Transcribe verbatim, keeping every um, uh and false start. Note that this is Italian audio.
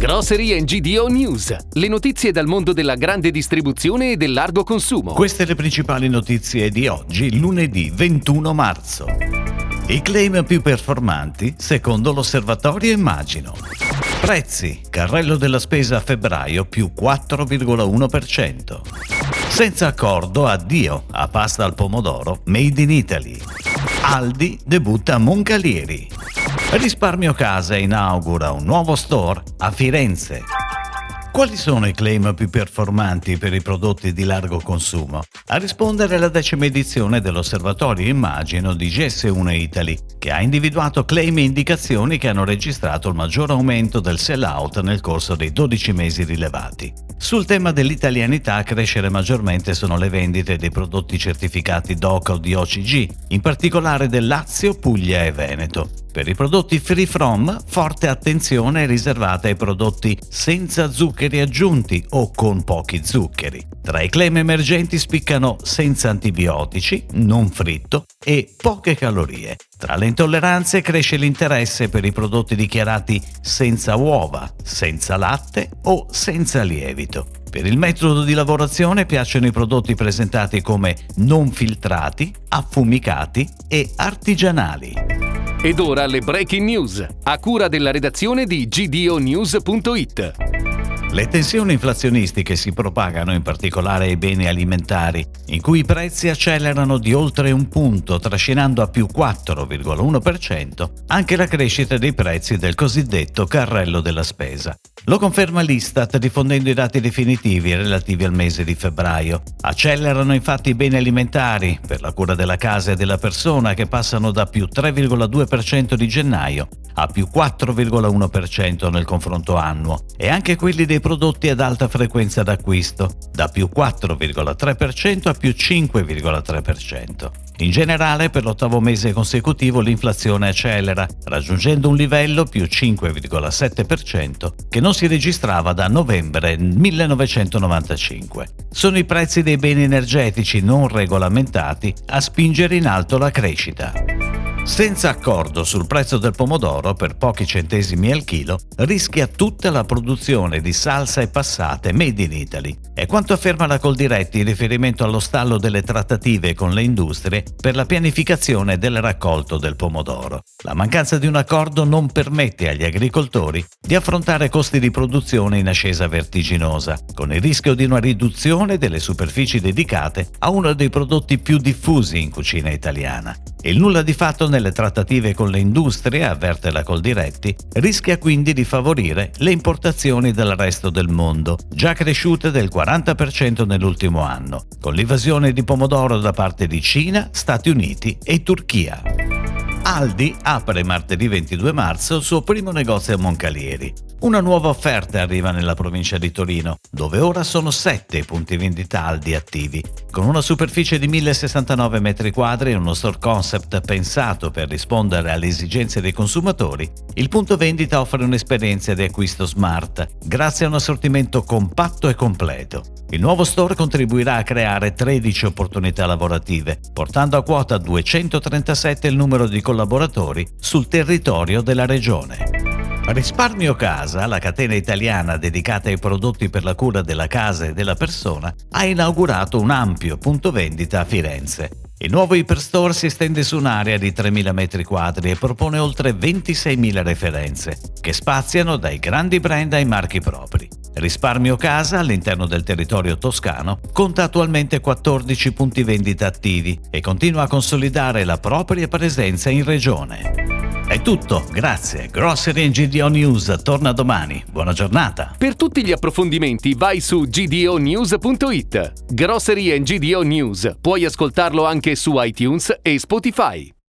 Grocery and G D O News, le notizie dal mondo della grande distribuzione e del largo consumo. Queste le principali notizie di oggi, lunedì ventuno marzo. I claim più performanti secondo l'osservatorio Immagino. Prezzi, carrello della spesa a febbraio più quattro virgola uno per cento. Senza accordo, addio a pasta al pomodoro made in Italy. Aldi debutta a Moncalieri. Risparmio Casa inaugura un nuovo store a Firenze. Quali sono i claim più performanti per i prodotti di largo consumo? A rispondere alla decima edizione dell'Osservatorio Immagino di G S uno Italy, che ha individuato claim e indicazioni che hanno registrato il maggior aumento del sell-out nel corso dei dodici mesi rilevati. Sul tema dell'italianità, a crescere maggiormente sono le vendite dei prodotti certificati D O C o di O C G, in particolare del Lazio, Puglia e Veneto. Per i prodotti free from, forte attenzione è riservata ai prodotti senza zuccheri aggiunti o con pochi zuccheri. Tra i claim emergenti spiccano senza antibiotici, non fritto e poche calorie. Tra le intolleranze cresce l'interesse per i prodotti dichiarati senza uova, senza latte o senza lievito. Per il metodo di lavorazione piacciono i prodotti presentati come non filtrati, affumicati e artigianali. Ed ora le breaking news, a cura della redazione di G D O news punto it. Le tensioni inflazionistiche si propagano in particolare ai beni alimentari, in cui i prezzi accelerano di oltre un punto, trascinando a più quattro virgola uno per cento anche la crescita dei prezzi del cosiddetto carrello della spesa. Lo conferma l'Istat diffondendo i dati definitivi relativi al mese di febbraio. Accelerano infatti i beni alimentari per la cura della casa e della persona, che passano da più tre virgola due per cento di gennaio a più quattro virgola uno per cento nel confronto annuo, e anche quelli dei prodotti ad alta frequenza d'acquisto, da più quattro virgola tre per cento a più cinque virgola tre per cento. In generale, per l'ottavo mese consecutivo l'inflazione accelera, raggiungendo un livello più cinque virgola sette per cento che non si registrava da novembre millenovecentonovantacinque. Sono i prezzi dei beni energetici non regolamentati a spingere in alto la crescita. Senza accordo sul prezzo del pomodoro, per pochi centesimi al chilo, rischia tutta la produzione di salsa e passate made in Italy. È quanto afferma la Coldiretti in riferimento allo stallo delle trattative con le industrie per la pianificazione del raccolto del pomodoro. La mancanza di un accordo non permette agli agricoltori di affrontare costi di produzione in ascesa vertiginosa, con il rischio di una riduzione delle superfici dedicate a uno dei prodotti più diffusi in cucina italiana. Il nulla di fatto nelle trattative con le industrie, avverte la Coldiretti, rischia quindi di favorire le importazioni dal resto del mondo, già cresciute del quaranta per cento nell'ultimo anno, con l'invasione di pomodoro da parte di Cina, Stati Uniti e Turchia. Aldi apre martedì ventidue marzo il suo primo negozio a Moncalieri. Una nuova offerta arriva nella provincia di Torino, dove ora sono sette i punti vendita Aldi attivi, con una superficie di mille sessantanove metri quadri e uno store concept pensato per rispondere alle esigenze dei consumatori. Il punto vendita offre un'esperienza di acquisto smart, grazie a un assortimento compatto e completo. Il nuovo store contribuirà a creare tredici opportunità lavorative, portando a quota duecentotrentasette il numero di collaboratori sul territorio della regione. Risparmio Casa, la catena italiana dedicata ai prodotti per la cura della casa e della persona, ha inaugurato un ampio punto vendita a Firenze. Il nuovo Hyperstore si estende su un'area di tremila metri quadri e propone oltre ventiseimila referenze, che spaziano dai grandi brand ai marchi propri. Risparmio Casa, all'interno del territorio toscano, conta attualmente quattordici punti vendita attivi e continua a consolidare la propria presenza in regione. È tutto, grazie. Grocery and G D O News torna domani. Buona giornata. Per tutti gli approfondimenti vai su G D O news punto it. Grocery and G D O News puoi ascoltarlo anche su iTunes e Spotify.